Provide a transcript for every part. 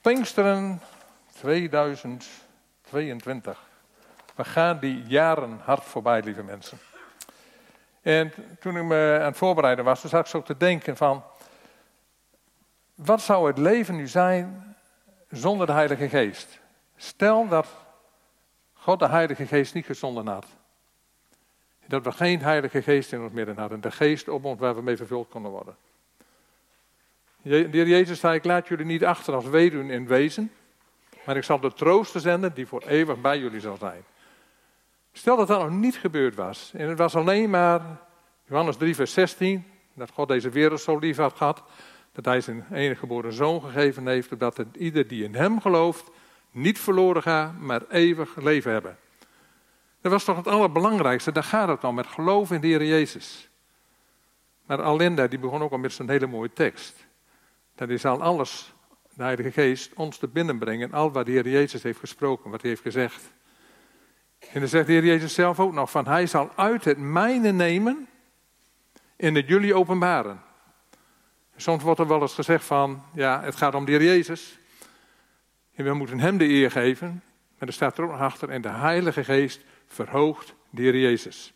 Pinksteren 2022. We gaan die jaren hard voorbij, lieve mensen. En toen ik me aan het voorbereiden was, toen zat ik zo te denken van, wat zou het leven nu zijn zonder de Heilige Geest? Stel dat God de Heilige Geest niet gezonden had. Dat we geen Heilige Geest in ons midden hadden. De Geest op ons waar we mee vervuld konden worden. De Heer Jezus zei, ik laat jullie niet achter als weduwen in wezen, maar ik zal de trooster zenden die voor eeuwig bij jullie zal zijn. Stel dat dat nog niet gebeurd was. En het was alleen maar, Johannes 3 vers 16, dat God deze wereld zo lief had gehad, dat hij zijn enige geboren zoon gegeven heeft, opdat het ieder die in hem gelooft, niet verloren gaat, maar eeuwig leven hebben. Dat was toch het allerbelangrijkste, daar gaat het om, met geloof in de Heer Jezus. Maar Alinda, die begon ook al met zo'n hele mooie tekst. Dat is al alles, de Heilige Geest, ons te binnenbrengen, al wat de Heer Jezus heeft gesproken, wat hij heeft gezegd. En dan zegt de Heer Jezus zelf ook nog van, hij zal uit het mijne nemen en het jullie openbaren. Soms wordt er wel eens gezegd van, ja, het gaat om de Heer Jezus. En we moeten hem de eer geven. Maar er staat er ook nog achter, en de Heilige Geest verhoogt de Heer Jezus.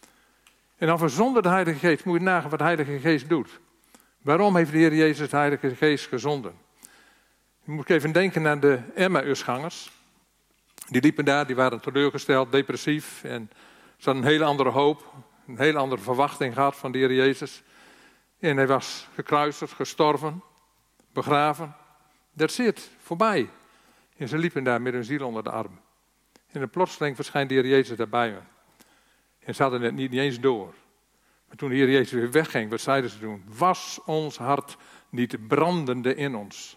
En dan zonder de Heilige Geest moet je nagaan wat de Heilige Geest doet. Waarom heeft de Heer Jezus de Heilige Geest gezonden? Dan moet ik even denken aan de Emmausgangers. Die liepen daar, die waren teleurgesteld, depressief. En ze hadden een hele andere hoop, een hele andere verwachting gehad van de Heer Jezus. En hij was gekruisigd, gestorven, begraven. That's it, voorbij. En ze liepen daar met hun ziel onder de arm. En dan plotseling verschijnt de Heer Jezus daarbij hen. En ze hadden het niet eens door. Maar toen de Heer Jezus weer wegging, wat zeiden ze toen? Was ons hart niet brandende in ons?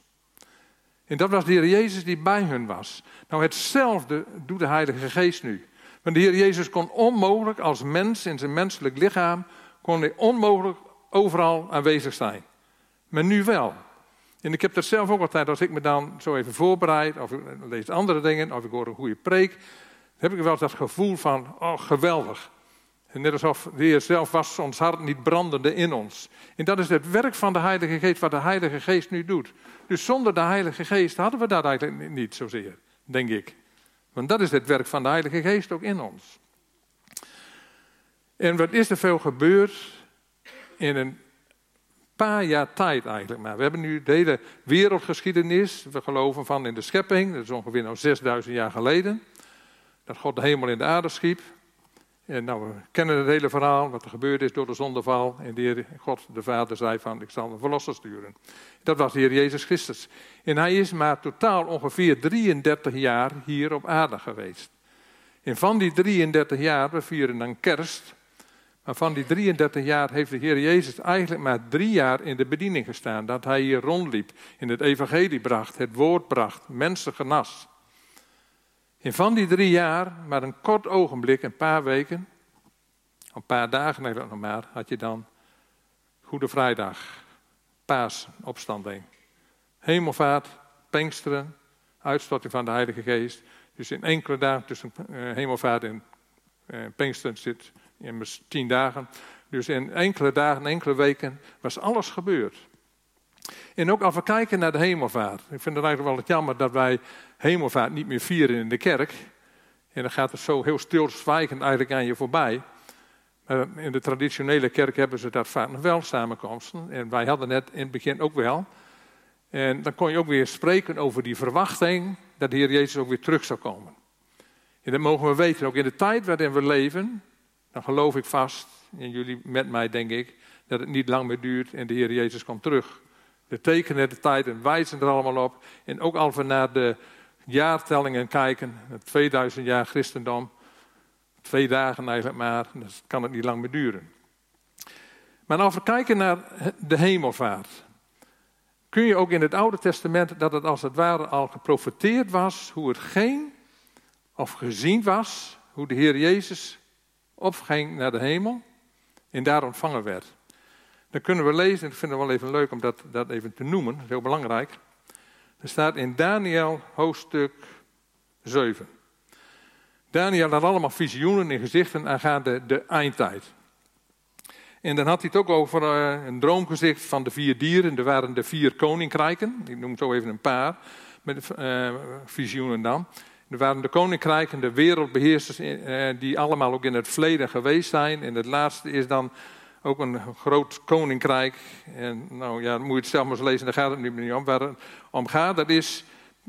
En dat was de Heer Jezus die bij hun was. Nou, hetzelfde doet de Heilige Geest nu. Want de Heer Jezus kon onmogelijk als mens in zijn menselijk lichaam, kon hij onmogelijk overal aanwezig zijn. Maar nu wel. En ik heb dat zelf ook altijd, als ik me dan zo even voorbereid, of ik lees andere dingen, of ik hoor een goede preek, dan heb ik wel dat gevoel van, oh geweldig. En net alsof de Heer zelf was ons hart niet brandende in ons. En dat is het werk van de Heilige Geest, wat de Heilige Geest nu doet. Dus zonder de Heilige Geest hadden we dat eigenlijk niet zozeer, denk ik. Want dat is het werk van de Heilige Geest ook in ons. En wat is er veel gebeurd in een paar jaar tijd eigenlijk maar. We hebben nu de hele wereldgeschiedenis. We geloven van in de schepping. Dat is ongeveer nou 6000 jaar geleden. Dat God de hemel en de aarde schiep. En nou, we kennen het hele verhaal. Wat er gebeurd is door de zondeval. En de Heer, God de Vader zei van, ik zal een verlosser sturen. Dat was de Heer Jezus Christus. En hij is maar totaal ongeveer 33 jaar hier op aarde geweest. En van die 33 jaar, we vieren dan kerst. Maar van die 33 jaar heeft de Heer Jezus eigenlijk maar 3 jaar in de bediening gestaan. Dat hij hier rondliep, in het evangelie bracht, het woord bracht, mensen genas. En van die 3 jaar, maar een kort ogenblik, een paar weken, een paar dagen eigenlijk nog maar, had je dan Goede Vrijdag, Paas, opstanding. Hemelvaart, Pinksteren, uitstorting van de Heilige Geest. Dus in enkele dagen tussen hemelvaart en Pinksteren zit immers 10 dagen. Dus in enkele dagen, enkele weken was alles gebeurd. En ook als we kijken naar de hemelvaart. Ik vind het eigenlijk wel het jammer dat wij hemelvaart niet meer vieren in de kerk. En dan gaat het zo heel stilzwijgend eigenlijk aan je voorbij. Maar in de traditionele kerk hebben ze dat vaak nog wel, samenkomsten. En wij hadden het in het begin ook wel. En dan kon je ook weer spreken over die verwachting dat de Heer Jezus ook weer terug zou komen. En dat mogen we weten, ook in de tijd waarin we leven, dan geloof ik vast, en jullie met mij denk ik, dat het niet lang meer duurt en de Heer Jezus komt terug. De tekenen, de tijden wijzen er allemaal op. En ook als we naar de jaartellingen kijken, het 2000 jaar christendom, 2 dagen eigenlijk maar, dan kan het niet lang meer duren. Maar als we kijken naar de hemelvaart, kun je ook in het Oude Testament dat het als het ware al geprofeteerd was hoe het ging, of gezien was, hoe de Heer Jezus opging naar de hemel en daar ontvangen werd. Dan kunnen we lezen, en ik vind het wel even leuk om dat even te noemen, dat is heel belangrijk. Er staat in Daniel hoofdstuk 7. Daniel had allemaal visioenen en gezichten aangaande de eindtijd. En dan had hij het ook over een droomgezicht van de 4 dieren. Er waren de 4 koninkrijken, ik noem zo even een paar. met visioenen dan. Er waren de koninkrijken, de wereldbeheersers, die allemaal ook in het verleden geweest zijn. En het laatste is dan ook een groot koninkrijk. En nou ja, dan moet je het zelf maar eens lezen, daar gaat het niet om. Waar het om gaat, dat is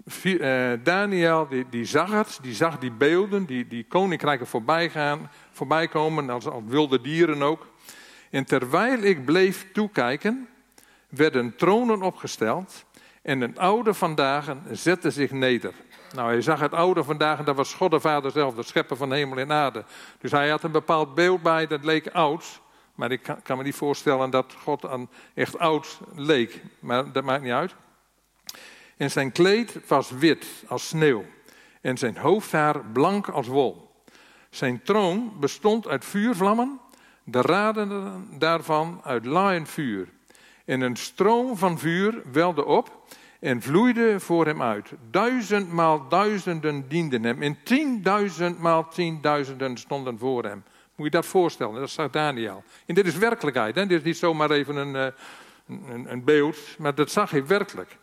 Daniel, die zag het, die zag die beelden, die koninkrijken voorbij komen, als wilde dieren ook. En terwijl ik bleef toekijken, werden tronen opgesteld en een oude vandaag zette zich neder. Nou, hij zag het oude vandaag en dat was God de Vader zelf, de schepper van hemel en aarde. Dus hij had een bepaald beeld bij, dat leek oud. Maar ik kan me niet voorstellen dat God aan echt oud leek. Maar dat maakt niet uit. En zijn kleed was wit als sneeuw. En zijn hoofdhaar blank als wol. Zijn troon bestond uit vuurvlammen. De raden daarvan uit laaiend vuur. En een stroom van vuur welde op en vloeide voor hem uit. 1000 maal duizenden dienden hem. En 10.000 maal 10.000 stonden voor hem. Moet je dat voorstellen, dat zag Daniel. En dit is werkelijkheid, hè? Dit is niet zomaar even een beeld, maar dat zag hij werkelijk.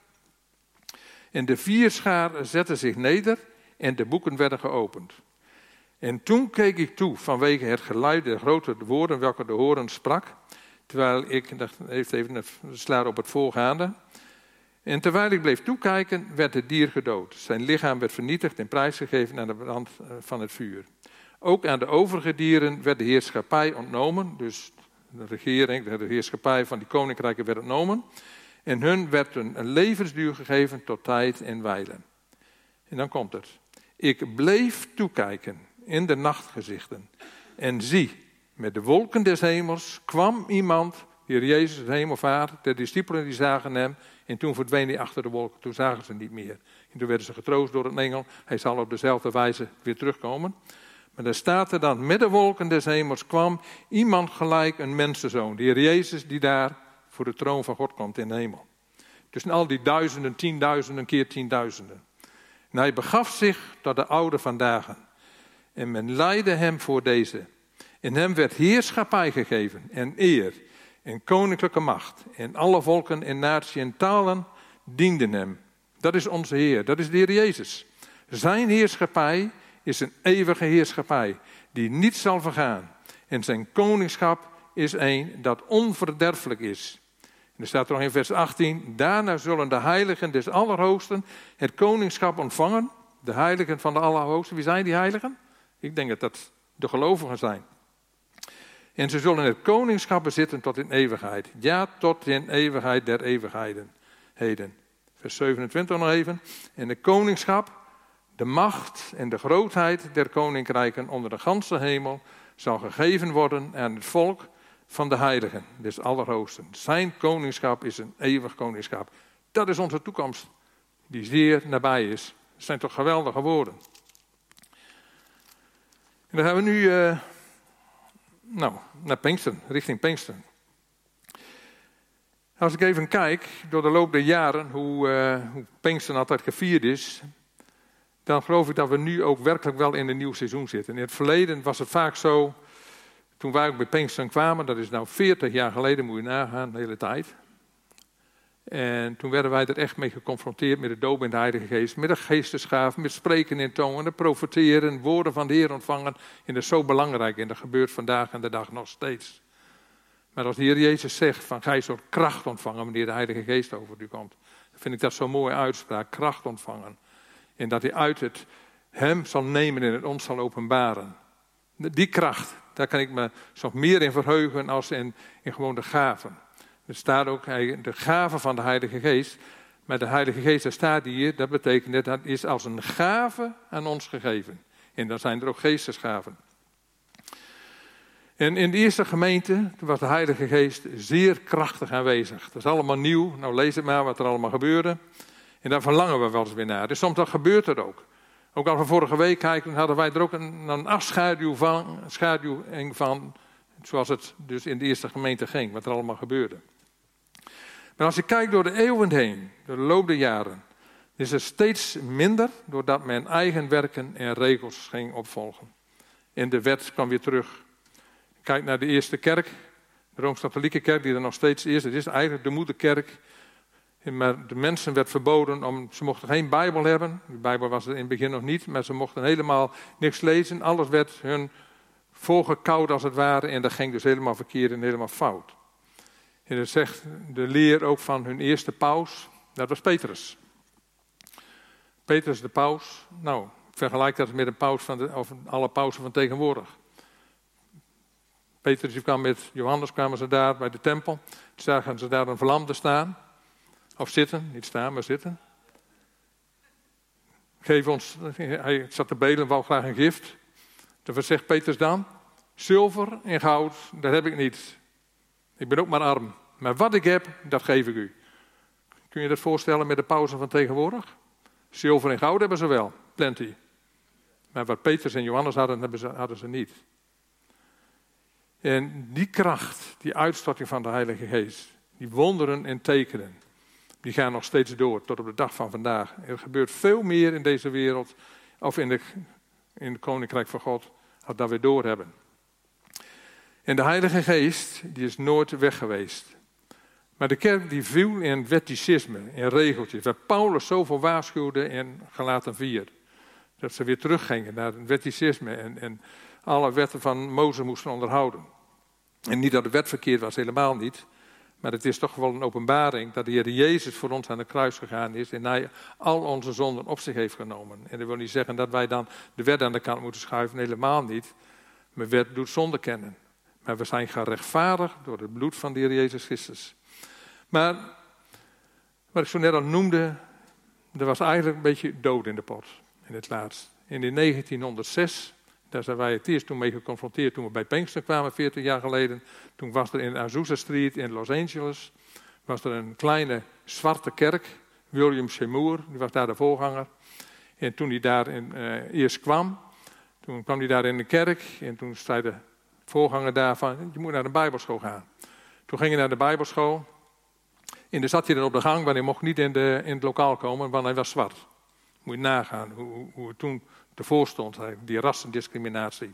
En de vierschaar zette zich neder en de boeken werden geopend. En toen keek ik toe vanwege het geluid der grote woorden welke de horen sprak. Terwijl ik, dat heeft even een slaar op het voorgaande. En terwijl ik bleef toekijken, werd het dier gedood. Zijn lichaam werd vernietigd en prijsgegeven aan de brand van het vuur. Ook aan de overige dieren werd de heerschappij ontnomen. Dus de regering, de heerschappij van die koninkrijken werd ontnomen. En hun werd een levensduur gegeven tot tijd en wijlen. En dan komt het. Ik bleef toekijken in de nachtgezichten. En zie, met de wolken des hemels kwam iemand, de Heer Jezus, het hemelvaart. De discipelen die zagen hem. En toen verdween hij achter de wolken. Toen zagen ze niet meer. En toen werden ze getroost door een engel. Hij zal op dezelfde wijze weer terugkomen. Maar daar staat er dan, met de wolken des hemels kwam iemand gelijk een mensenzoon. De Heer Jezus die daar voor de troon van God komt in de hemel. Tussen al die duizenden, 10.000 keer 10.000. En hij begaf zich tot de oude vandaag. En men leidde hem voor deze. En hem werd heerschappij gegeven en eer en koninklijke macht. En alle volken en naties en talen dienden hem. Dat is onze Heer, dat is de Heer Jezus. Zijn heerschappij is een eeuwige heerschappij die niet zal vergaan. En zijn koningschap is een dat onverderfelijk is. En er staat er nog in vers 18. Daarna zullen de heiligen des Allerhoogsten het koningschap ontvangen. De heiligen van de Allerhoogsten. Wie zijn die heiligen? Ik denk dat dat de gelovigen zijn. En ze zullen het koningschap bezitten tot in eeuwigheid. Ja, tot in eeuwigheid der eeuwigheden. Vers 27 nog even. En de koningschap, de macht en de grootheid der koninkrijken onder de ganse hemel zal gegeven worden aan het volk van de heiligen, des Allerhoogsten. Zijn koningschap is een eeuwig koningschap. Dat is onze toekomst, die zeer nabij is. Dat zijn toch geweldige woorden. En dan gaan we nu naar Pinksteren, richting Pinksteren. Als ik even kijk door de loop der jaren hoe Pinksteren altijd gevierd is, dan geloof ik dat we nu ook werkelijk wel in een nieuw seizoen zitten. In het verleden was het vaak zo, toen wij ook bij Pinksteren kwamen, dat is nou 40 jaar geleden, moet je nagaan, de hele tijd. En toen werden wij er echt mee geconfronteerd met de doop in de Heilige Geest, met de geestesgaven, met spreken in tongen, het profeteren, woorden van de Heer ontvangen. En dat is zo belangrijk en dat gebeurt vandaag en de dag nog steeds. Maar als de Heer Jezus zegt van gij zult kracht ontvangen wanneer de Heilige Geest over u komt, dan vind ik dat zo'n mooie uitspraak, kracht ontvangen. En dat hij uit het hem zal nemen en het ons zal openbaren. Die kracht, daar kan ik me nog meer in verheugen als in gewoon de gaven. Er staat ook de gave van de Heilige Geest. Maar de Heilige Geest, daar staat hier, dat betekent dat is als een gave aan ons gegeven. En dan zijn er ook geestesgaven. En in de eerste gemeente was de Heilige Geest zeer krachtig aanwezig. Dat is allemaal nieuw. Nou, lees het maar wat er allemaal gebeurde. En daar verlangen we wel eens weer naar. Dus soms dan gebeurt het ook. Ook als we vorige week kijken, hadden wij er ook een afschaduwing van, zoals het dus in de eerste gemeente ging, wat er allemaal gebeurde. Maar als je kijkt door de eeuwen heen, door de loop der jaren, is er steeds minder, doordat men eigen werken en regels ging opvolgen. En de wet kwam weer terug. Kijk naar de eerste kerk, de Rooms-Katholieke kerk, die er nog steeds is. Het is eigenlijk de moederkerk. Maar de mensen werd verboden ze mochten geen Bijbel hebben. De Bijbel was er in het begin nog niet, maar ze mochten helemaal niks lezen. Alles werd hun voorgekauwd als het ware en dat ging dus helemaal verkeerd en helemaal fout. En dat zegt de leer ook van hun eerste paus, dat was Petrus. Petrus de paus, nou, vergelijk dat met een paus of alle pausen van tegenwoordig. Petrus kwam met Johannes, kwamen ze daar bij de tempel. Toen zagen ze daar een verlamde staan. Of zitten, niet staan, maar zitten. Geef ons, hij zat te bedelen, wou graag een gift. Wat zegt Petrus dan? Zilver en goud, dat heb ik niet. Ik ben ook maar arm. Maar wat ik heb, dat geef ik u. Kun je dat voorstellen met de pausen van tegenwoordig? Zilver en goud hebben ze wel, plenty. Maar wat Petrus en Johannes hadden ze niet. En die kracht, die uitstorting van de Heilige Geest, die wonderen en tekenen, die gaan nog steeds door tot op de dag van vandaag. Er gebeurt veel meer in deze wereld, of in het Koninkrijk van God, als dat we doorhebben. En de Heilige Geest, die is nooit weg geweest. Maar de kerk die viel in wetticisme, in regeltjes, waar Paulus zoveel waarschuwde in Galaten 4. Dat ze weer teruggingen naar het wetticisme en alle wetten van Mozes moesten onderhouden. En niet dat de wet verkeerd was, helemaal niet. Maar het is toch wel een openbaring dat de Heer Jezus voor ons aan de kruis gegaan is en hij al onze zonden op zich heeft genomen. En dat wil niet zeggen dat wij dan de wet aan de kant moeten schuiven, helemaal niet. Maar wet doet zonde kennen. Maar we zijn gerechtvaardigd door het bloed van de Heer Jezus Christus. Maar wat ik zo net al noemde, er was eigenlijk een beetje dood in de pot in het laatst. En in 1906, daar zijn wij het eerst toen mee geconfronteerd toen we bij Pinkster kwamen, 40 jaar geleden. Toen was er in Azusa Street in Los Angeles, was er een kleine zwarte kerk. William Seymour, die was daar de voorganger. En toen hij daar eerst kwam, toen kwam hij daar in de kerk. En toen zei de voorganger daar van, je moet naar de bijbelschool gaan. Toen ging hij naar de bijbelschool. En dan zat hij dan op de gang, want hij mocht niet in het lokaal komen, want hij was zwart. Moet je nagaan hoe het toen ervoor stond, die rassendiscriminatie.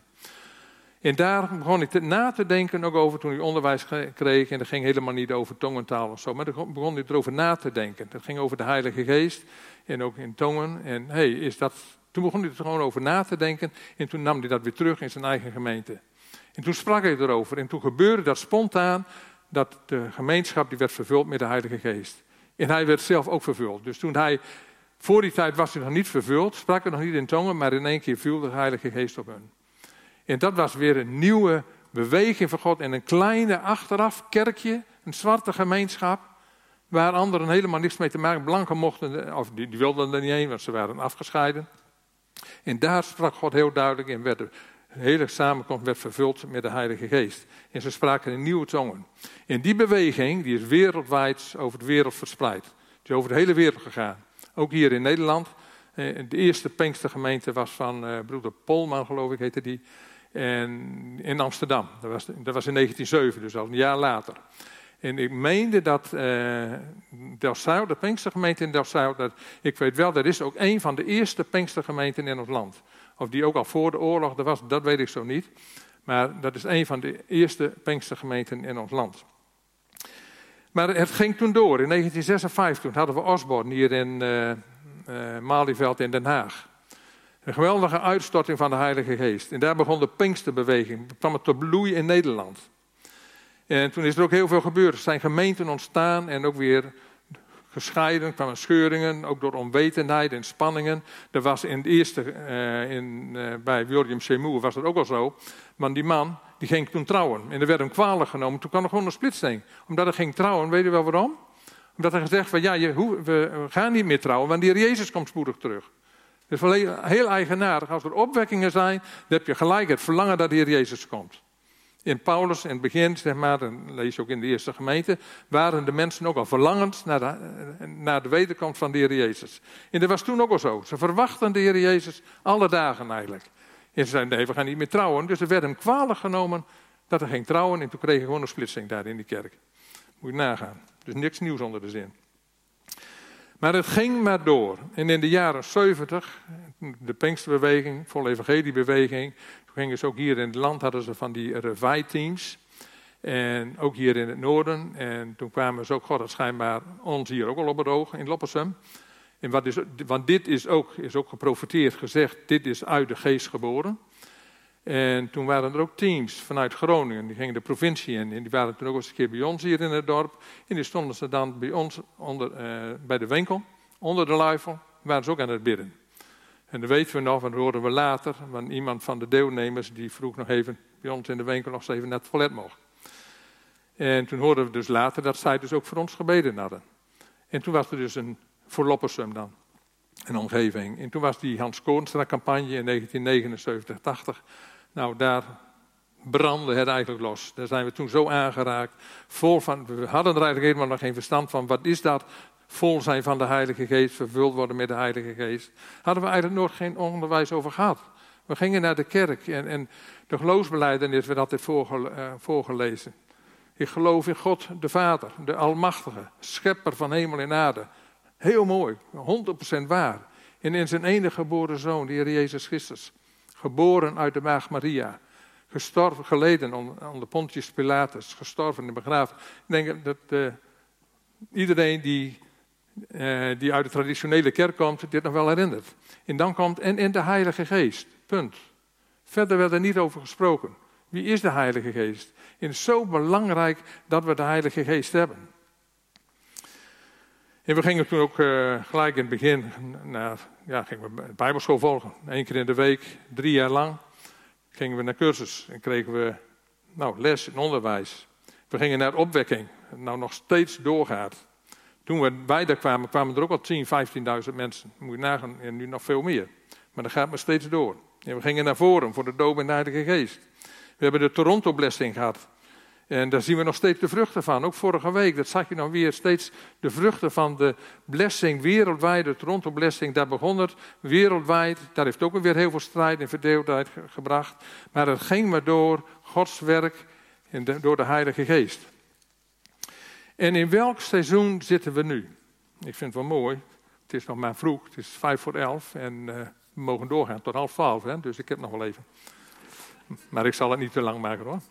En daar begon ik na te denken ook over toen hij onderwijs kreeg. En dat ging helemaal niet over tongentaal of zo. Maar dan begon hij erover na te denken. Dat ging over de Heilige Geest en ook in tongen. En toen begon hij er gewoon over na te denken. En toen nam hij dat weer terug in zijn eigen gemeente. En toen sprak hij erover. En toen gebeurde dat spontaan, dat de gemeenschap die werd vervuld met de Heilige Geest. En hij werd zelf ook vervuld. Dus toen voor die tijd was hij nog niet vervuld, sprak hij nog niet in tongen, maar in één keer viel de Heilige Geest op hem. En dat was weer een nieuwe beweging van God. En een kleine achteraf kerkje, een zwarte gemeenschap, waar anderen helemaal niks mee te maken. Blanken mochten, of die wilden er niet heen, want ze waren afgescheiden. En daar sprak God heel duidelijk en de hele samenkomst werd vervuld met de Heilige Geest. En ze spraken in nieuwe tongen. En die beweging, die is wereldwijd over de wereld verspreid. Die is over de hele wereld gegaan. Ook hier in Nederland. De eerste Pinkstergemeente was van broeder Polman, geloof ik, heette die. En in Amsterdam. Dat was in 1907, dus al een jaar later. En ik meende dat Delfzijl, de Pinkstergemeente in Delfzijl, ik weet wel, dat is ook een van de eerste Pinkstergemeenten in ons land. Of die ook al voor de oorlog er was, dat weet ik zo niet. Maar dat is een van de eerste Pinkstergemeenten in ons land. Maar het ging toen door. In 1956 toen hadden we Osborne hier in Malieveld in Den Haag. Een geweldige uitstorting van de Heilige Geest. En daar begon de Pinksterbeweging. Toen kwam het tot bloei in Nederland. En toen is er ook heel veel gebeurd. Er zijn gemeenten ontstaan en ook weer gescheiden. Er kwamen scheuringen, ook door onwetendheid en spanningen. Er was in het eerste, bij William Seymour was dat ook al zo. Maar die man, die ging toen trouwen. En er werd hem kwalijk genomen. Toen kwam er gewoon een splitsing. Omdat hij ging trouwen, weet je wel waarom? Omdat hij gezegd van, we gaan niet meer trouwen, want die Heer Jezus komt spoedig terug. Het is wel heel eigenaardig. Als er opwekkingen zijn, dan heb je gelijk het verlangen dat de Heer Jezus komt. In Paulus, in het begin, zeg maar, dan lees je ook in de eerste gemeente, waren de mensen ook al verlangend naar de wederkomst van de Heer Jezus. En dat was toen ook al zo. Ze verwachten de Heer Jezus alle dagen eigenlijk. En ze zeiden, nee, we gaan niet meer trouwen. Dus er werd hem kwalijk genomen dat hij ging trouwen. En toen kreeg hij gewoon een splitsing daar in die kerk. Moet je nagaan. Dus niks nieuws onder de zin. Maar het ging maar door. En in de jaren 70, de Pinksterbeweging, volle evangeliebeweging. Toen gingen ze ook hier in het land, hadden ze van die revive-teams. En ook hier in het noorden. En toen kwamen ze ook, God had schijnbaar ons hier ook al op het oog in Loppersum. En want dit is ook geprofeteerd, gezegd, dit is uit de geest geboren. En toen waren er ook teams vanuit Groningen, die gingen de provincie in. En die waren toen ook eens een keer bij ons hier in het dorp. En die stonden ze dan bij ons bij de winkel, onder de luifel, waren ze ook aan het bidden. En dat weten we nog, want dat hoorden we later. Want iemand van de deelnemers die vroeg nog even bij ons in de winkel of ze even naar het toilet mocht. En toen hoorden we dus later dat zij dus ook voor ons gebeden hadden. En toen was er dus voor Loppersum dan, een omgeving. En toen was die Hans Koornstra-campagne in 1979-80. Nou, daar brandde het eigenlijk los. Daar zijn we toen zo aangeraakt. We hadden er eigenlijk helemaal nog geen verstand van. Wat is dat? Vol zijn van de Heilige Geest, vervuld worden met de Heilige Geest. Hadden we eigenlijk nog geen onderwijs over gehad. We gingen naar de kerk en de geloofsbelijdenis werd altijd voorgelezen. Ik geloof in God de Vader, de Almachtige, schepper van hemel en aarde. Heel mooi, 100% waar. En in zijn enige geboren Zoon, de Heer Jezus Christus. Geboren uit de Maagd Maria. Gestorven, geleden onder Pontius Pilatus. Gestorven en begraven. Ik denk dat iedereen die uit de traditionele kerk komt, dit nog wel herinnert. En dan komt en de Heilige Geest. Punt. Verder werd er niet over gesproken. Wie is de Heilige Geest? En het is zo belangrijk dat we de Heilige Geest hebben. En we gingen toen ook gelijk in het begin gingen we Bijbelschool volgen. 1 keer in de week, 3 jaar lang, gingen we naar cursus en kregen we les en onderwijs. We gingen naar opwekking, nou nog steeds doorgaat. Toen wij daar kwamen er ook al 10.000, 15.000 mensen. Moet je nagaan, en nu nog veel meer. Maar dat gaat maar steeds door. En we gingen naar Forum voor de doop in de Heilige Geest. We hebben de Toronto-blessing gehad. En daar zien we nog steeds de vruchten van. Ook vorige week, dat zag je dan weer steeds de vruchten van de blessing wereldwijd. De Toronto-blessing, daar begon het wereldwijd. Daar heeft ook weer heel veel strijd en verdeeldheid gebracht. Maar het ging maar door Gods werk en door de Heilige Geest. En in welk seizoen zitten we nu? Ik vind het wel mooi. Het is nog maar vroeg, het is 11:05 en we mogen doorgaan tot 11:30. Hè? Dus ik heb nog wel even. Maar ik zal het niet te lang maken hoor.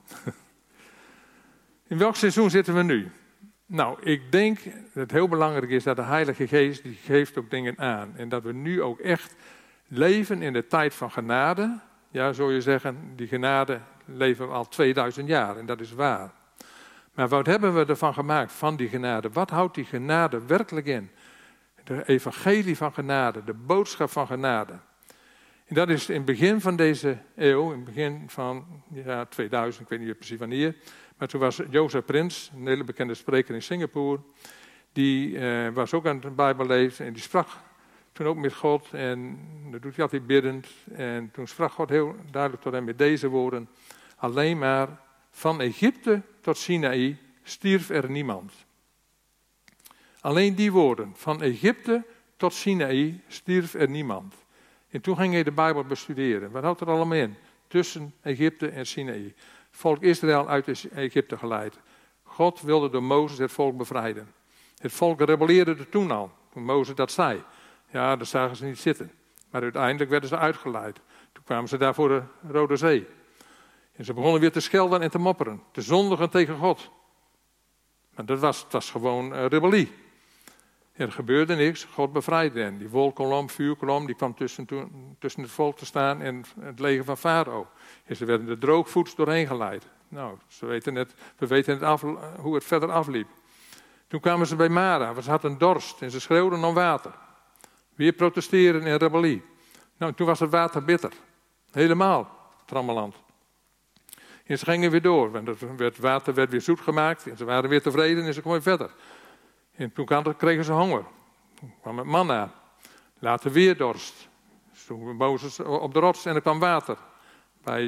In welk seizoen zitten we nu? Nou, ik denk dat het heel belangrijk is dat de Heilige Geest, die geeft ook dingen aan. En dat we nu ook echt leven in de tijd van genade. Ja, zou je zeggen, die genade leven we al 2000 jaar en dat is waar. Maar wat hebben we ervan gemaakt, van die genade? Wat houdt die genade werkelijk in? De evangelie van genade, de boodschap van genade. En dat is in het begin van deze eeuw, in het begin van 2000, ik weet niet precies wanneer. Maar toen was Jozef Prins, een hele bekende spreker in Singapore. Die was ook aan het Bijbel lezen en die sprak toen ook met God. En dat doet hij altijd biddend. En toen sprak God heel duidelijk tot hem met deze woorden. Alleen maar van Egypte tot Sinaï stierf er niemand. Alleen die woorden, van Egypte tot Sinaï stierf er niemand. En toen ging hij de Bijbel bestuderen. Wat houdt er allemaal in? Tussen Egypte en Sinaï. Volk Israël uit Egypte geleid. God wilde door Mozes het volk bevrijden. Het volk rebelleerde er toen al, toen Mozes dat zei. Ja, dat zagen ze niet zitten. Maar uiteindelijk werden ze uitgeleid. Toen kwamen ze daar voor de Rode Zee. En ze begonnen weer te schelden en te mopperen. Te zondigen tegen God. Maar het was gewoon rebellie. Er gebeurde niks, God bevrijdde hen. Die wolkolom, vuurkolom, die kwam tussen het volk te staan en het leger van Farao. En ze werden er droogvoets doorheen geleid. Nou, we weten hoe het verder afliep. Toen kwamen ze bij Mara, ze hadden dorst en ze schreeuwden om water. Weer protesteren en rebellie. Nou, toen was het water bitter. Helemaal, trammeland. En ze gingen weer door, want het water werd weer zoet gemaakt en ze waren weer tevreden en ze kwamen verder. En toen kregen ze honger. Toen kwam het manna. Later weer dorst. Toen Mozes op de rots en er kwam water. Bij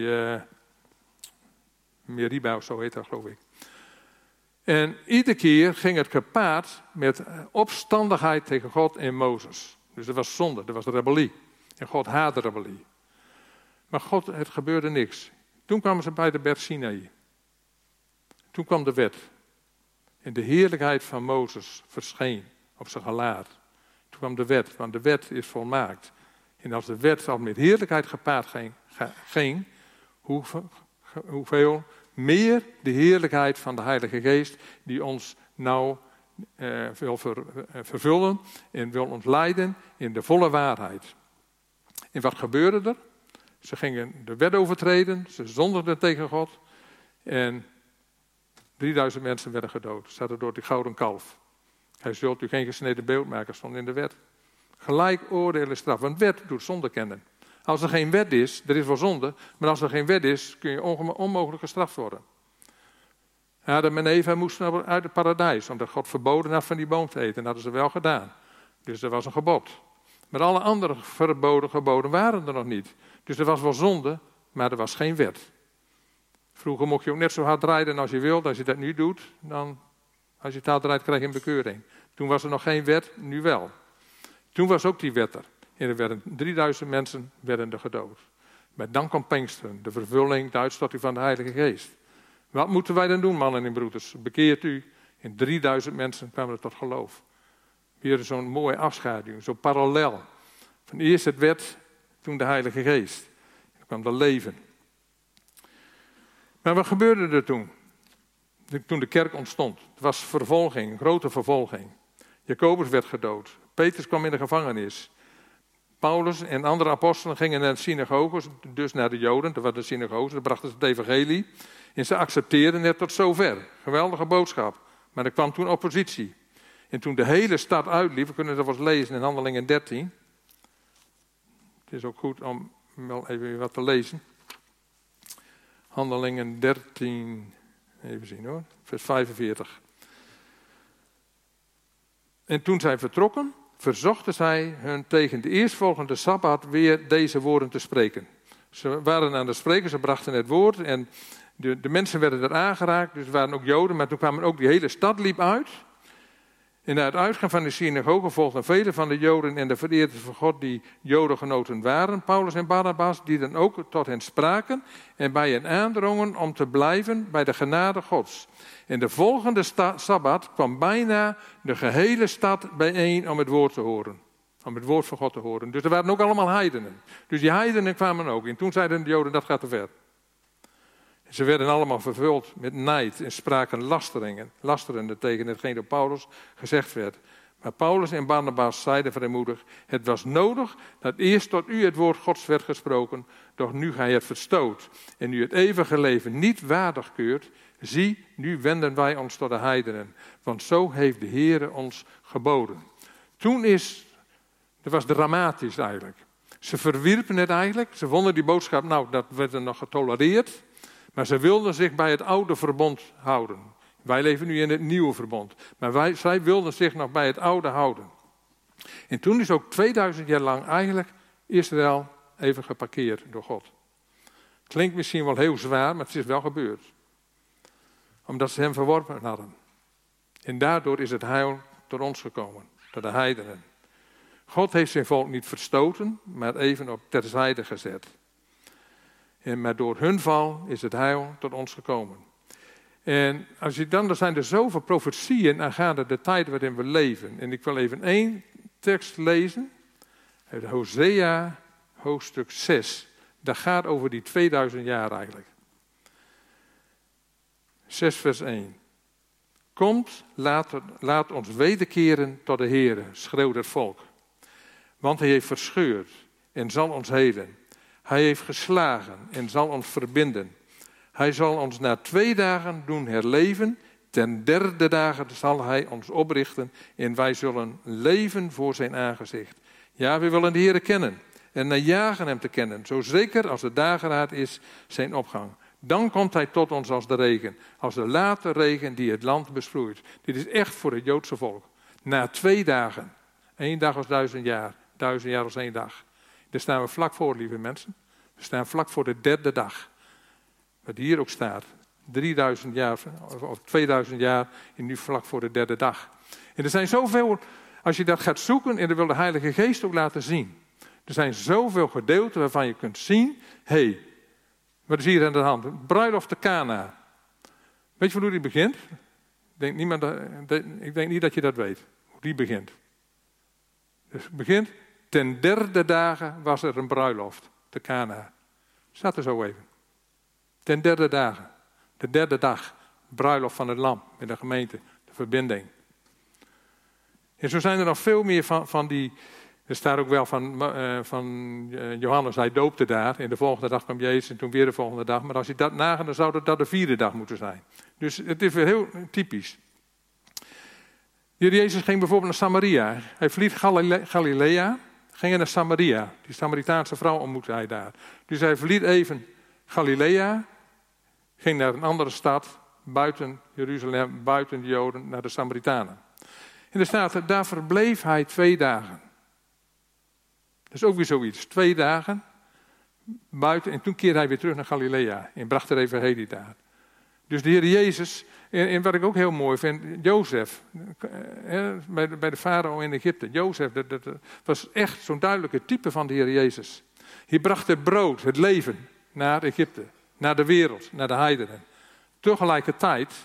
Meriba of zo heet dat, geloof ik. En iedere keer ging het gepaard met opstandigheid tegen God en Mozes. Dus er was zonde, er was rebellie. En God haatte rebellie. Maar het gebeurde niks. Toen kwamen ze bij de berg Sinaï. Toen kwam de wet. En de heerlijkheid van Mozes verscheen op zijn gelaat. Toen kwam de wet, want de wet is volmaakt. En als de wet al met heerlijkheid gepaard ging, hoeveel meer de heerlijkheid van de Heilige Geest die ons nou wil vervullen en wil ons leiden in de volle waarheid. En wat gebeurde er? Ze gingen de wet overtreden, ze zondigden tegen God en 3000 mensen werden gedood. Ze hadden door die gouden kalf. Hij zult u geen gesneden beeld maken, stond in de wet. Gelijk oordelen straf, want wet doet zonde kennen. Als er geen wet is, er is wel zonde, maar als er geen wet is, kun je onmogelijk gestraft worden. Adam en Eva moesten uit het paradijs, omdat God verboden had van die boom te eten. Dat hadden ze wel gedaan. Dus er was een gebod. Maar alle andere verboden geboden waren er nog niet. Dus er was wel zonde, maar er was geen wet. Vroeger mocht je ook net zo hard rijden als je wilde. Als je dat nu doet, dan als je het hard rijdt, krijg je een bekeuring. Toen was er nog geen wet, nu wel. Toen was ook die wet er. En er werden 3000 mensen werden er gedood. Maar dan kwam Pinksteren, de vervulling, de uitstorting van de Heilige Geest. Wat moeten wij dan doen, mannen en broeders? Bekeert u. En 3000 mensen kwamen er tot geloof. Weer zo'n mooie afschaduwing, zo parallel. Van eerst het wet, toen de Heilige Geest. Dan kwam er leven. Maar wat gebeurde er toen? Toen de kerk ontstond. Het was vervolging, een grote vervolging. Jacobus werd gedood. Petrus kwam in de gevangenis. Paulus en andere apostelen gingen naar de synagoges, dus naar de Joden. Dat waren de synagoges, daar brachten ze het evangelie. En ze accepteerden het tot zover. Geweldige boodschap. Maar er kwam toen oppositie. En toen de hele stad uitliep, we kunnen dat wel eens lezen in Handelingen 13. Het is ook goed om wel even wat te lezen. Handelingen 13, even zien hoor, vers 45. En toen zij vertrokken, verzochten zij hun tegen de eerstvolgende Sabbat weer deze woorden te spreken. Ze waren aan het spreken, ze brachten het woord en de mensen werden er aangeraakt, dus er waren ook Joden, maar toen kwamen ook die hele stad liep uit. En na het uitgaan van de synagoge volgden velen van de Joden en de vereerders van God die Jodengenoten waren, Paulus en Barnabas, die dan ook tot hen spraken en bij hen aandrongen om te blijven bij de genade Gods. En de volgende Sabbat kwam bijna de gehele stad bijeen om het woord te horen. Om het woord van God te horen. Dus er waren ook allemaal heidenen. Dus die heidenen kwamen ook. En toen zeiden de Joden, dat gaat te ver. Ze werden allemaal vervuld met nijd en spraken lasterende tegen hetgeen door Paulus gezegd werd. Maar Paulus en Barnabas zeiden vrijmoedig, het was nodig dat eerst tot u het woord Gods werd gesproken, doch nu gij het verstoot en u het eeuwige leven niet waardig keurt, zie, nu wenden wij ons tot de heidenen, want zo heeft de Heere ons geboden. Dat was dramatisch eigenlijk. Ze verwierpen het eigenlijk, ze vonden die boodschap, nou dat werd er nog getolereerd. Maar ze wilden zich bij het oude verbond houden. Wij leven nu in het nieuwe verbond. Maar zij wilden zich nog bij het oude houden. En toen is ook 2000 jaar lang eigenlijk Israël even geparkeerd door God. Klinkt misschien wel heel zwaar, maar het is wel gebeurd. Omdat ze hem verworpen hadden. En daardoor is het heil tot ons gekomen, tot de heidenen. God heeft zijn volk niet verstoten, maar even op terzijde gezet. Maar door hun val is het heil tot ons gekomen. En als je dan, er zijn er zoveel profetieën aangaande de tijd waarin we leven. En ik wil even één tekst lezen. Uit Hosea, hoofdstuk 6. Dat gaat over die 2000 jaar eigenlijk. 6 vers 1. Komt, laat ons wederkeren tot de Heere, schreeuwt het volk. Want hij heeft verscheurd en zal ons heden. Hij heeft geslagen en zal ons verbinden. Hij zal ons na 2 dagen doen herleven. Ten 3e dagen zal hij ons oprichten en wij zullen leven voor zijn aangezicht. Ja, we willen de Heere kennen en najagen hem te kennen. Zo zeker als de dageraad is zijn opgang. Dan komt hij tot ons als de regen. Als de late regen die het land besproeit. Dit is echt voor het Joodse volk. Na 2 dagen. 1 dag als 1000 jaar. 1000 jaar als 1 dag. Daar staan we vlak voor, lieve mensen. We staan vlak voor de 3e dag. Wat hier ook staat. 3000 jaar of 2000 jaar en nu vlak voor de 3e dag. En er zijn zoveel, als je dat gaat zoeken, en dat wil de Heilige Geest ook laten zien. Er zijn zoveel gedeelten waarvan je kunt zien, wat is hier aan de hand? Bruiloft te Kana. Weet je van hoe die begint? Ik denk niet dat je dat weet. Hoe die begint. Dus het begint, ten 3e dagen was er een bruiloft te Kana. Staat er zo even. Ten 3e dagen. De derde dag, bruiloft van het lam met de gemeente, de verbinding. En zo zijn er nog veel meer van die... Er staat ook wel van Johannes, hij doopte daar. En de volgende dag kwam Jezus en toen weer de volgende dag. Maar als je dat nagaat, dan zou dat de vierde dag moeten zijn. Dus het is weer heel typisch. De Heer Jezus ging bijvoorbeeld naar Samaria. Hij verliet Galilea, ging naar Samaria. Die Samaritaanse vrouw ontmoette hij daar. Dus hij verliet even Galilea, ging naar een andere stad, buiten Jeruzalem, buiten de Joden, naar de Samaritanen. En er staat, daar verbleef hij 2 dagen. Dat is ook weer zoiets, 2 dagen buiten. En toen keerde hij weer terug naar Galilea en bracht de evangelie daar. Dus de Heer Jezus, en wat ik ook heel mooi vind, Jozef, bij de farao in Egypte. Jozef, dat was echt zo'n duidelijke type van de Heer Jezus. Hij bracht het brood, het leven, naar Egypte, naar de wereld, naar de heidenen. Tegelijkertijd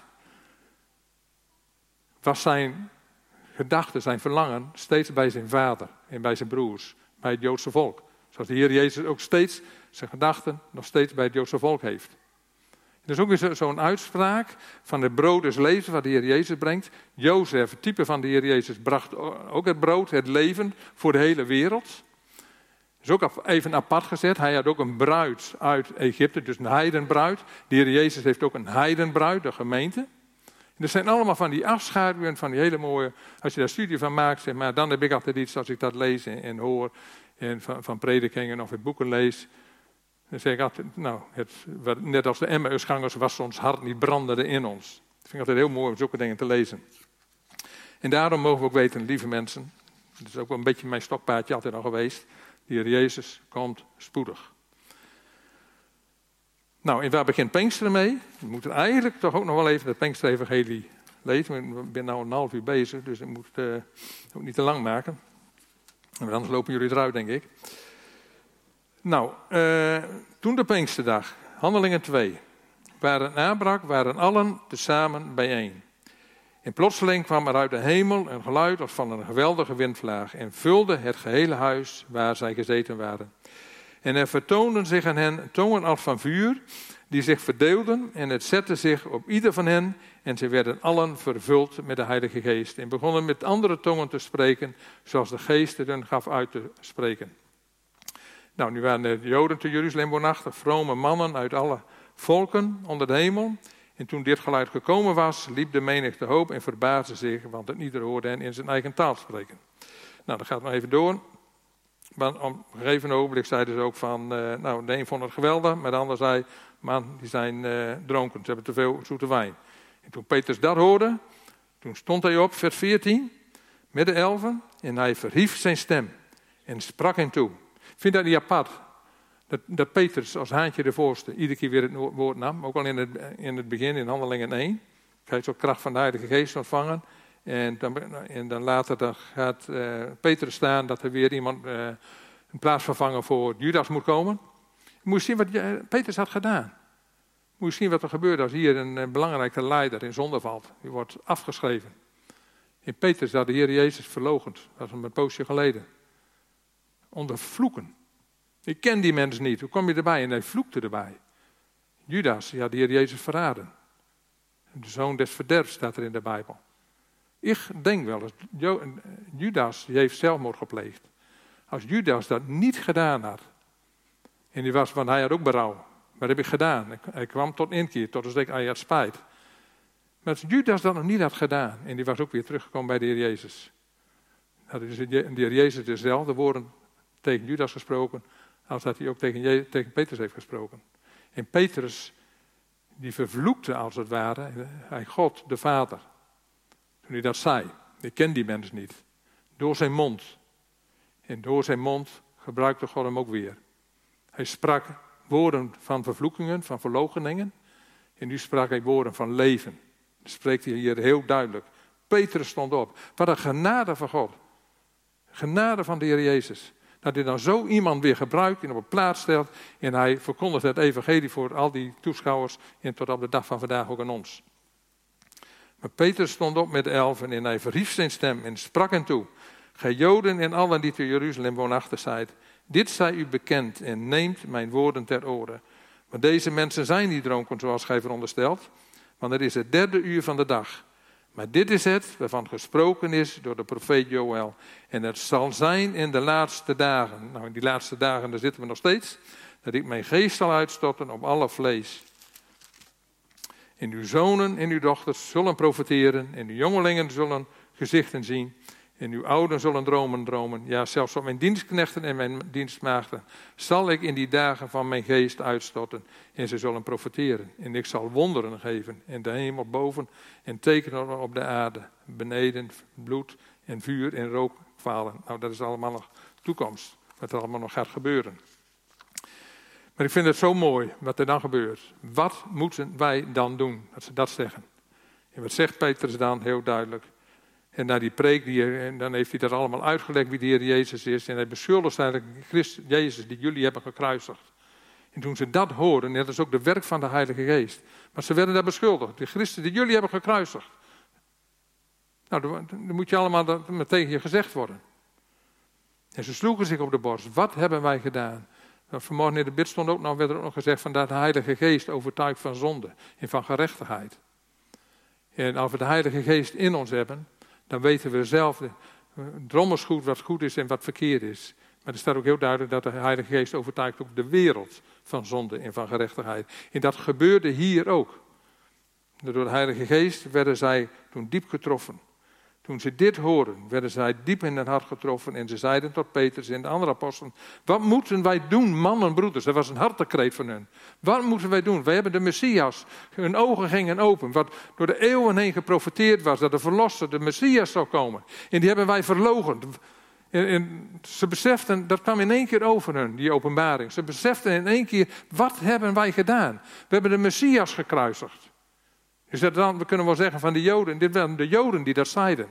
was zijn gedachte, zijn verlangen, steeds bij zijn vader en bij zijn broers, bij het Joodse volk. Zoals de Heer Jezus ook steeds zijn gedachten nog steeds bij het Joodse volk heeft. Er is ook weer zo'n uitspraak van het brood des levens wat de Heer Jezus brengt. Jozef, het type van de Heer Jezus, bracht ook het brood, het leven voor de hele wereld. Dat is ook even apart gezet. Hij had ook een bruid uit Egypte, dus een heidenbruid. De Heer Jezus heeft ook een heidenbruid, de gemeente. En dat zijn allemaal van die afschaduwen van die hele mooie... Als je daar studie van maakt, zeg maar, dan heb ik altijd iets als ik dat lees en hoor. En van predikingen of in boeken lees. Dan zeg ik altijd, net als de Emmausgangers was ons hart niet brandende in ons. Dat vind ik altijd heel mooi om zulke dingen te lezen. En daarom mogen we ook weten, lieve mensen, dat is ook wel een beetje mijn stokpaardje altijd al geweest, de Heer Jezus komt spoedig. Nou, en waar begint Pinksteren mee? We moeten eigenlijk toch ook nog wel even het Pinksterevangelie lezen. Ik ben nu een half uur bezig, dus ik moet het ook niet te lang maken. Want anders lopen jullie eruit, denk ik. Nou, toen de Pinksterdag, Handelingen 2, waar het nabrak, waren allen tezamen bijeen. En plotseling kwam er uit de hemel een geluid als van een geweldige windvlaag en vulde het gehele huis waar zij gezeten waren. En er vertoonden zich aan hen tongen als van vuur, die zich verdeelden en het zette zich op ieder van hen. En ze werden allen vervuld met de Heilige Geest en begonnen met andere tongen te spreken, zoals de Geest hun gaf uit te spreken. Nou, nu waren de Joden te Jeruzalem woonachtig, vrome mannen uit alle volken onder de hemel. En toen dit geluid gekomen was, liep de menigte hoop en verbaasde zich, want het ieder hoorde hen in zijn eigen taal spreken. Nou, dat gaat nog even door. Maar op een gegeven ogenblik zeiden ze ook van, de een vond het geweldig, maar de ander zei, man, die zijn dronken, ze hebben te veel zoete wijn. En toen Petrus dat hoorde, toen stond hij op, vers 14, met de 11 en hij verhief zijn stem en sprak hen toe. Ik vind dat niet apart, dat Petrus als haantje de voorste iedere keer weer het woord nam, ook al in het begin, in Handelingen 1. Krijgt zo kracht van de Heilige Geest ontvangen. En dan later gaat Petrus staan dat er weer iemand een plaatsvervanger voor Judas moet komen. Moet je zien wat Petrus had gedaan. Moet je zien wat er gebeurt als hier een belangrijke leider in zonde valt. Die wordt afgeschreven. In Petrus had de Heer Jezus verloochend. Dat was een poosje geleden. Onder vloeken. Ik ken die mens niet. Hoe kom je erbij? En hij vloekte erbij. Judas, die had de Heer Jezus verraden. De zoon des verderfs staat er in de Bijbel. Ik denk wel eens, Judas die heeft zelfmoord gepleegd. Als Judas dat niet gedaan had, want hij had ook berouw. Wat heb ik gedaan? Hij kwam tot inkeer, tot hij had spijt. Maar als Judas dat nog niet had gedaan, en die was ook weer teruggekomen bij de Heer Jezus. Had de Heer Jezus dezelfde woorden tegen Judas gesproken, als dat hij ook tegen Petrus heeft gesproken. En Petrus, die vervloekte als het ware, hij God de Vader. Toen hij dat zei, ik ken die mens niet. Door zijn mond. En door zijn mond gebruikte God hem ook weer. Hij sprak woorden van vervloekingen, van verloocheningen. En nu sprak hij woorden van leven. Dat spreekt hij hier heel duidelijk. Petrus stond op. Wat een genade van God. Genade van de Heer Jezus. Dat hij dan zo iemand weer gebruikt en op een plaats stelt. En hij verkondigt het evangelie voor al die toeschouwers. En tot op de dag van vandaag ook aan ons. Maar Petrus stond op met de 11 en hij verhief zijn stem en sprak hen toe. Gij Joden en allen die te Jeruzalem woonachtig zijt, dit zij u bekend en neemt mijn woorden ter oren. Want deze mensen zijn niet dronken zoals gij veronderstelt, want het is het 3e uur van de dag. Maar dit is het waarvan gesproken is door de profeet Joël. En het zal zijn in de laatste dagen. Nou, in die laatste dagen, daar zitten we nog steeds. Dat ik mijn geest zal uitstorten op alle vlees. En uw zonen en uw dochters zullen profeteren. En uw jongelingen zullen gezichten zien. En uw ouden zullen dromen. Ja, zelfs op mijn dienstknechten en mijn dienstmaagden zal ik in die dagen van mijn geest uitstorten. En ze zullen profeteren. En ik zal wonderen geven in de hemel boven en tekenen op de aarde. Beneden bloed en vuur en rook vallen. Nou, dat is allemaal nog toekomst. Wat er allemaal nog gaat gebeuren. Maar ik vind het zo mooi wat er dan gebeurt. Wat moeten wij dan doen? Dat ze dat zeggen. En wat zegt Petrus dan? Heel duidelijk. En na die preek, en dan heeft hij dat allemaal uitgelegd wie de Heer Jezus is. En hij beschuldigt eigenlijk Christus, Jezus die jullie hebben gekruisigd. En toen ze dat hoorden, dat is ook de werk van de Heilige Geest. Maar ze werden daar beschuldigd. De Christus die jullie hebben gekruisigd. Nou, dan moet je allemaal dat tegen je gezegd worden. En ze sloegen zich op de borst. Wat hebben wij gedaan? Vanmorgen in de bid stond werd er ook nog gezegd van dat de Heilige Geest overtuigt van zonde en van gerechtigheid. En als we de Heilige Geest in ons hebben, dan weten we zelf drommels goed wat goed is en wat verkeerd is. Maar er staat ook heel duidelijk dat de Heilige Geest overtuigt ook de wereld van zonde en van gerechtigheid. En dat gebeurde hier ook. Door de Heilige Geest werden zij toen diep getroffen. Toen ze dit hoorden, werden zij diep in hun hart getroffen en ze zeiden tot Petrus en de andere apostelen: wat moeten wij doen, mannen en broeders? Dat was een hartekreet van hun. Wat moeten wij doen? Wij hebben de Messias. Hun ogen gingen open. Wat door de eeuwen heen geprofeteerd was, dat de verlosser, de Messias zou komen. En die hebben wij verloochend. En ze beseften, dat kwam in één keer over hun, die openbaring. Ze beseften in één keer, wat hebben wij gedaan? We hebben de Messias gekruisigd. Dus we kunnen wel zeggen van de Joden, dit waren de Joden die dat zeiden.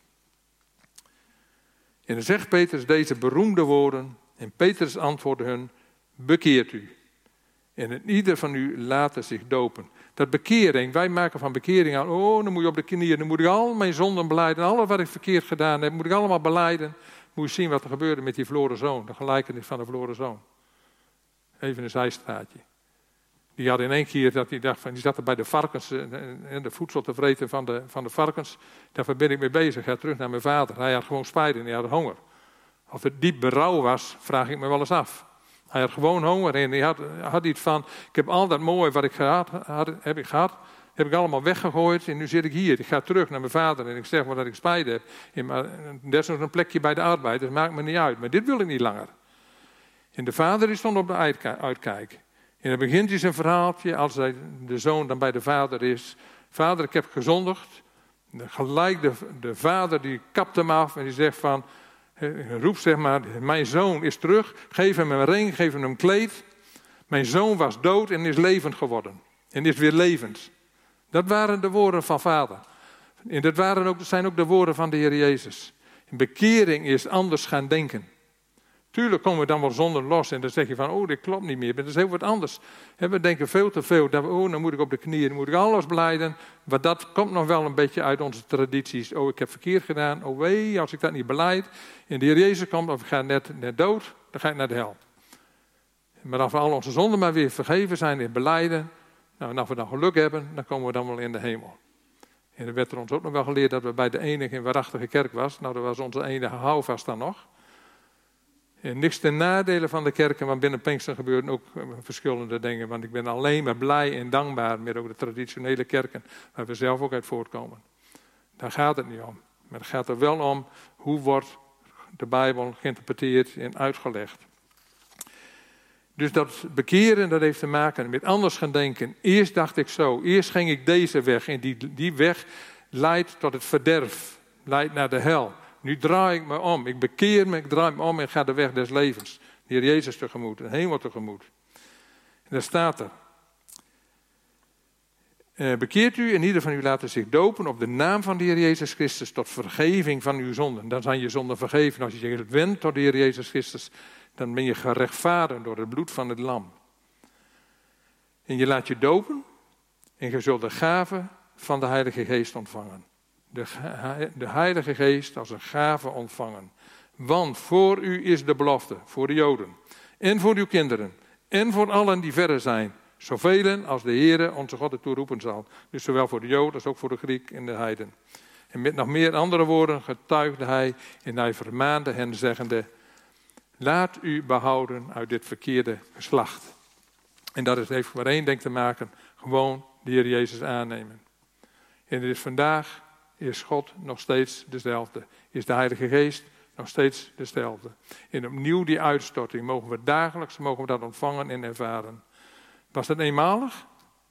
En dan zegt Petrus deze beroemde woorden. En Petrus antwoordde hun: bekeert u. En ieder van u laten zich dopen. Dat bekering, wij maken van bekering aan. Oh, dan moet je op de knieën, dan moet ik al mijn zonden belijden. Alles wat ik verkeerd gedaan heb, moet ik allemaal belijden. Moet je zien wat er gebeurde met die verloren zoon. De gelijkenis van de verloren zoon. Even een zijstraatje. Die had in één keer dat hij dacht van, die zat er bij de varkens en de voedsel te vreten van de varkens. Daar ben ik mee bezig. Ga terug naar mijn vader. Hij had gewoon spijt en hij had honger. Of het diep berouw was, vraag ik me wel eens af. Hij had gewoon honger en hij had iets van, ik heb al dat mooie wat ik heb ik allemaal weggegooid en nu zit ik hier. Ik ga terug naar mijn vader en ik zeg maar dat ik spijt heb. Maar er is nog een plekje bij de arbeid, dat maakt me niet uit. Maar dit wil ik niet langer. En de vader die stond op de uitkijk. En dan begint hij zijn verhaaltje als de zoon dan bij de vader is. Vader, ik heb gezondigd. Gelijk de vader die kapt hem af en die zegt van, roept zeg maar, mijn zoon is terug. Geef hem een ring, geef hem een kleed. Mijn zoon was dood en is levend geworden. En is weer levend. Dat waren de woorden van vader. En dat zijn ook de woorden van de Heer Jezus. Bekering is anders gaan denken. Tuurlijk komen we dan wel zonder los en dan zeg je van, oh, dit klopt niet meer. Maar dat is heel wat anders. We denken veel te veel, dat dan moet ik op de knieën, dan moet ik alles belijden. Maar dat komt nog wel een beetje uit onze tradities. Oh, ik heb verkeerd gedaan. Oh wee, als ik dat niet belijd. En de Heer Jezus komt, of ik ga net dood, dan ga ik naar de hel. Maar als we al onze zonden maar weer vergeven zijn en belijden, nou, en als we dan geluk hebben, dan komen we dan wel in de hemel. En er werd er ons ook nog wel geleerd dat we bij de enige en waarachtige kerk was. Nou, dat was onze enige houvast dan nog. En niks ten nadele van de kerken, want binnen Pinkster gebeuren ook verschillende dingen. Want ik ben alleen maar blij en dankbaar met ook de traditionele kerken, waar we zelf ook uit voortkomen. Daar gaat het niet om. Maar het gaat er wel om, hoe wordt de Bijbel geïnterpreteerd en uitgelegd. Dus dat bekeren, dat heeft te maken met anders gaan denken. Eerst dacht ik zo, eerst ging ik deze weg. En die weg leidt tot het verderf, leidt naar de hel. Nu draai ik me om, ik bekeer me, ik draai me om en ga de weg des levens. De Heer Jezus tegemoet, de hemel tegemoet. En daar staat er. Bekeert u en ieder van u laten zich dopen op de naam van de Heer Jezus Christus tot vergeving van uw zonden. Dan zijn je zonden vergeven. Als je je wendt tot de Heer Jezus Christus, dan ben je gerechtvaardigd door het bloed van het lam. En je laat je dopen en je zult de gave van de Heilige Geest ontvangen. De Heilige Geest als een gave ontvangen. Want voor u is de belofte, voor de Joden. En voor uw kinderen. En voor allen die verre zijn. Zoveel als de Heere onze God ertoe roepen zal. Dus zowel voor de Jood als ook voor de Griek en de heiden. En met nog meer andere woorden getuigde hij en hij vermaande hen zeggende: laat u behouden uit dit verkeerde geslacht. En dat heeft maar één ding te maken, gewoon de Heer Jezus aannemen. En het is vandaag, is God nog steeds dezelfde. Is de Heilige Geest nog steeds dezelfde. En opnieuw die uitstorting mogen we dagelijks dat ontvangen en ervaren. Was dat eenmalig?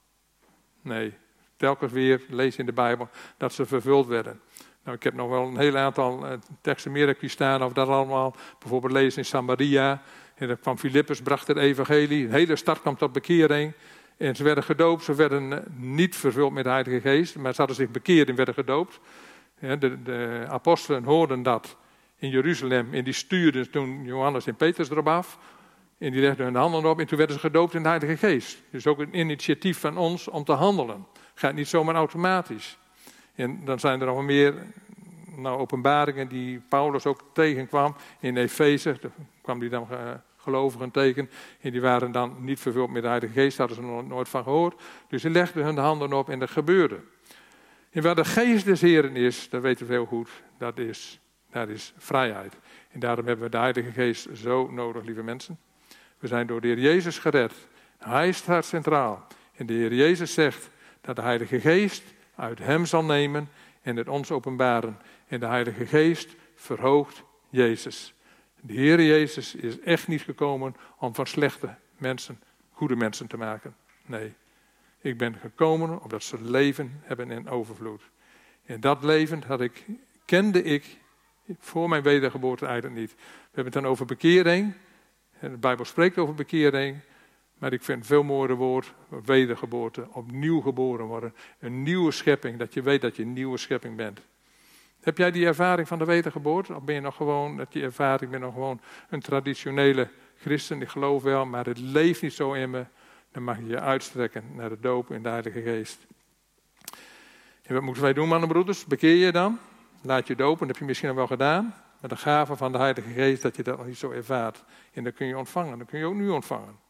Nee. Telkens weer lees in de Bijbel dat ze vervuld werden. Nou, ik heb nog wel een heel aantal teksten meer hier staan over dat allemaal. Bijvoorbeeld lezen in Samaria. En dan kwam Filippus, bracht het evangelie. De hele stad kwam tot bekering. En ze werden gedoopt. Ze werden niet vervuld met de Heilige Geest. Maar ze hadden zich bekeerd en werden gedoopt. Ja, de apostelen hoorden dat in Jeruzalem. En die stuurden toen Johannes en Petrus erop af. En die legden hun handen op. En toen werden ze gedoopt in de Heilige Geest. Dus ook een initiatief van ons om te handelen. Gaat niet zomaar automatisch. En dan zijn er nog meer openbaringen die Paulus ook tegenkwam. In Efeze kwam die dan gelovigen tegen. En die waren dan niet vervuld met de Heilige Geest. Daar hadden ze nog nooit van gehoord. Dus ze legden hun handen op en dat gebeurde. En waar de geest des Heren is, dat weten we heel goed. Dat is vrijheid. En daarom hebben we de Heilige Geest zo nodig, lieve mensen. We zijn door de Heer Jezus gered. Hij staat centraal. En de Heer Jezus zegt dat de Heilige Geest uit hem zal nemen en het ons openbaren. En de Heilige Geest verhoogt Jezus. De Heer Jezus is echt niet gekomen om van slechte mensen goede mensen te maken. Nee, ik ben gekomen omdat ze leven hebben in overvloed. En dat leven kende ik voor mijn wedergeboorte eigenlijk niet. We hebben het dan over bekering. De Bijbel spreekt over bekering. Maar ik vind het veel mooier woord, wedergeboorte, opnieuw geboren worden. Een nieuwe schepping, dat je weet dat je een nieuwe schepping bent. Heb jij die ervaring van de wedergeboorte? Of ben je nog gewoon, ik ben nog gewoon een traditionele christen, ik geloof wel, maar het leeft niet zo in me. Dan mag je je uitstrekken naar de doop in de Heilige Geest. En wat moeten wij doen, mannen en broeders? Bekeer je dan? Laat je dopen, dat heb je misschien al wel gedaan. Maar de gave van de Heilige Geest, dat je dat nog niet zo ervaart. En dat kun je ontvangen, dat kun je ook nu ontvangen.